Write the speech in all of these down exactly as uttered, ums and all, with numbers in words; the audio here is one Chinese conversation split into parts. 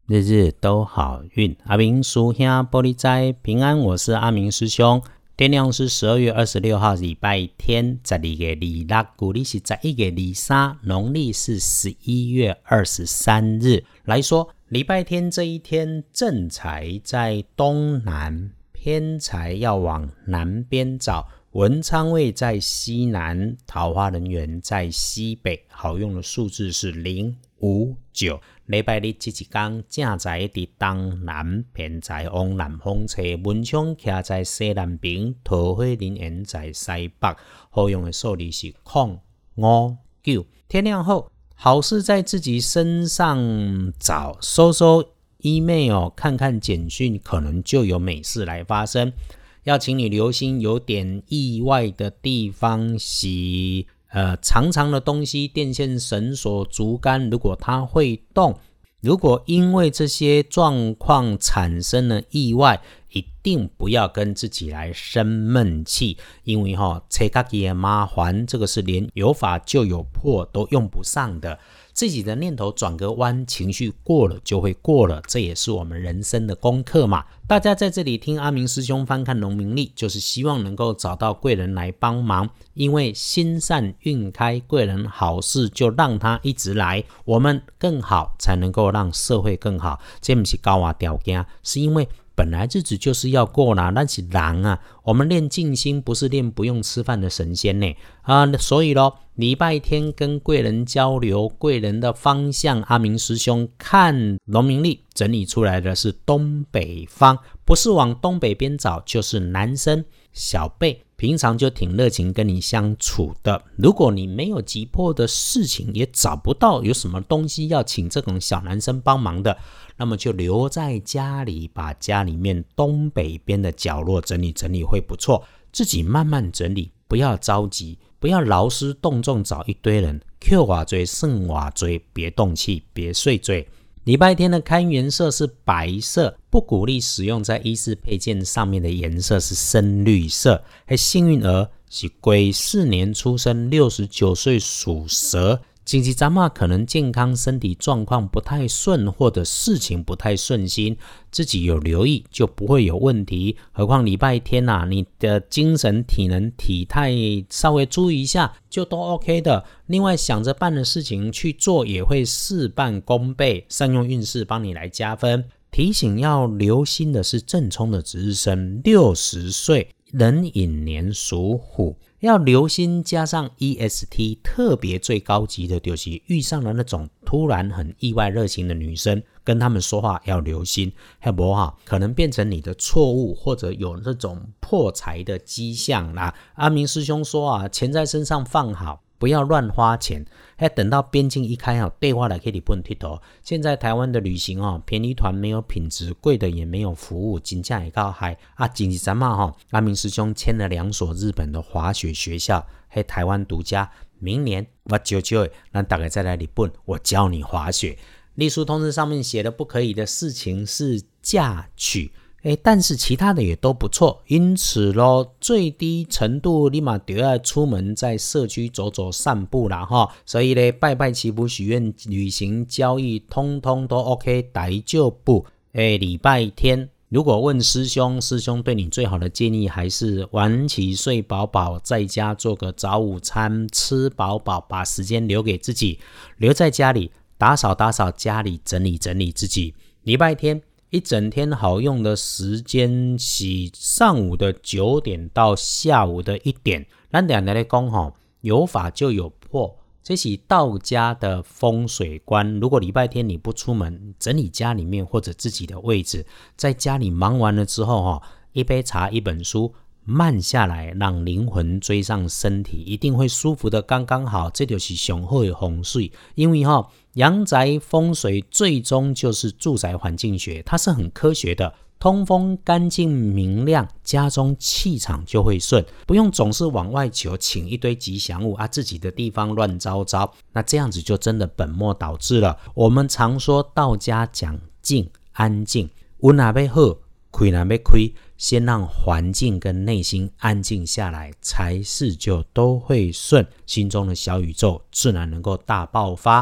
日日都好运，阿明叔兄玻璃斋平安，我是阿明师兄。天亮是十二月二十六号礼拜天，十二月二六，古历是十一月二三，农历是十一月二十三日。来说礼拜天这一天，正财在东南，偏财要往南边找，文昌位在西南，桃花人缘在西北，好用的数字是零五九。礼拜日这一天，正财在东南，偏财往南方吹，文昌徛在西南边，桃花人缘在西北，好用的数字是零五九。天亮后，好事在自己身上找，搜搜 email 看看简讯，可能就有美事来发生。要请你留心有点意外的地方是呃，长长的东西，电线、绳索、竹竿，如果它会动，如果因为这些状况产生了意外，一定不要跟自己来生闷气，因为哈、哦，找自己的麻烦，这个是连有法就有破都用不上的。自己的念头转个弯，情绪过了就会过了，这也是我们人生的功课嘛。大家在这里听阿明师兄翻看农民历，就是希望能够找到贵人来帮忙，因为心善运开，贵人好事就让他一直来，我们更好才能够让社会更好。这不是高压条件，是因为本来日子就是要过啦，但是人啊，我们练静心不是练不用吃饭的神仙呢啊，所以咯，礼拜天跟贵人交流，贵人的方向，阿明师兄看农民历整理出来的是东北方，不是往东北边找，就是男生小辈，平常就挺热情跟你相处的。如果你没有急迫的事情，也找不到有什么东西要请这种小男生帮忙的，那么就留在家里，把家里面东北边的角落整理整理会不错，自己慢慢整理，不要着急，不要劳师动众找一堆人 Q 瓦追剩瓦追，别动气，别碎嘴。礼拜天的看颜色是白色，不鼓励使用在衣饰配件上面的颜色是深绿色。还幸运儿是癸巳年出生，六十九岁属蛇。近期咱们可能健康身体状况不太顺，或者事情不太顺心，自己有留意就不会有问题。何况礼拜天啊，你的精神体能体态稍微注意一下就都 OK 的。另外想着办的事情去做，也会事半功倍，善用运势帮你来加分。提醒要留心的是正冲的值日生六十岁，壬寅年属虎，要留心。加上 E S T 特别最高级的就是遇上了那种突然很意外热情的女生，跟他们说话要留心，要不好可能变成你的错误，或者有那种破财的迹象啦。阿明师兄说啊，钱在身上放好，不要乱花钱，还等到边境一开，对话来给你本剃头。现在台湾的旅行哦，便宜团没有品质，贵的也没有服务，金价也高嗨啊！近期咱们哈，阿明师兄签了两所日本的滑雪学校，还台湾独家。明年我九九，咱大概再来日本，我教你滑雪。隶书通知上面写的不可以的事情是嫁娶。诶，但是其他的也都不错，因此咯，最低程度你嘛就要出门在社区走走散步啦哈。所以咧，拜拜祈福许愿、旅行交易，通通都 OK， 大丈夫。诶，礼拜天如果问师兄，师兄对你最好的建议还是晚起睡饱饱，在家做个早午餐，吃饱饱，把时间留给自己，留在家里打扫打扫家里，整理整理自己。礼拜天一整天好用的时间是上午的九点到下午的一点。咱两来讲吼，有法就有破，这是道家的风水观。如果礼拜天你不出门，整理家里面或者自己的位置，在家里忙完了之后吼，一杯茶一本书，慢下来，让灵魂追上身体，一定会舒服的刚刚好。这就是上好的风水，因为哈、哦。阳宅风水最终就是住宅环境学，它是很科学的，通风干净明亮，家中气场就会顺，不用总是往外求请一堆吉祥物啊，自己的地方乱糟糟，那这样子就真的本末倒置了。我们常说道家讲静安静，有哪要好，开哪要开，先让环境跟内心安静下来，财事就都会顺，心中的小宇宙自然能够大爆发。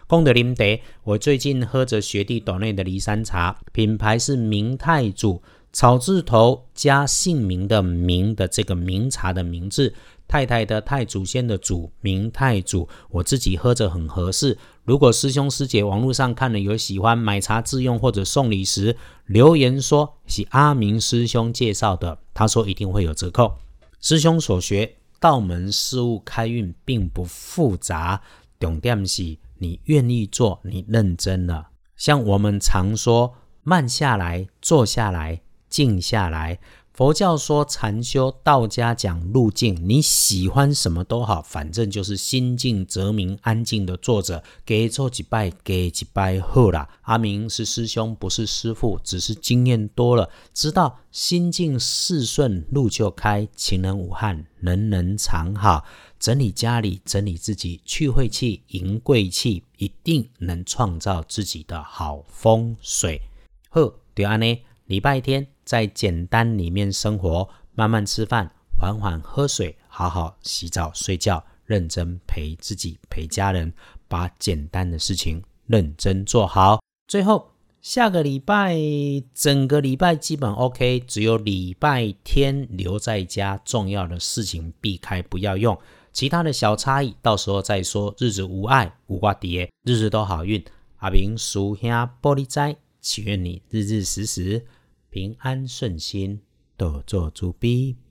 讲到啉茶，我最近喝着学弟斗内的梨山茶，品牌是明太祖，草字头加姓名的明的这个明茶的名字，太太的太，祖先的祖，明太祖。我自己喝着很合适，如果师兄师姐网络上看了有喜欢买茶自用或者送礼时，留言说是阿明师兄介绍的，他说一定会有折扣。师兄所学道门事务开运并不复杂，重点是你愿意做，你认真了。像我们常说慢下来，坐下来，静下来。佛教说禅修，道家讲路径，你喜欢什么都好，反正就是心静则明，安静的坐着，给做几拜，给几拜后啦。阿明是师兄，不是师父，只是经验多了，知道心静事顺，路就开，情人无憾，人人常好。整理家里，整理自己，去晦气，迎贵气，一定能创造自己的好风水。好，就这样，礼拜天在简单里面生活，慢慢吃饭，缓缓喝水，好好洗澡睡觉，认真陪自己陪家人，把简单的事情认真做好。最后下个礼拜整个礼拜基本 OK， 只有礼拜天留在家，重要的事情避开不要用，其他的小差异到时候再说。日子无碍无挂碟，日日都好运。阿明师兄玻璃斋，祈愿你日日时时平安顺心，多做主逼。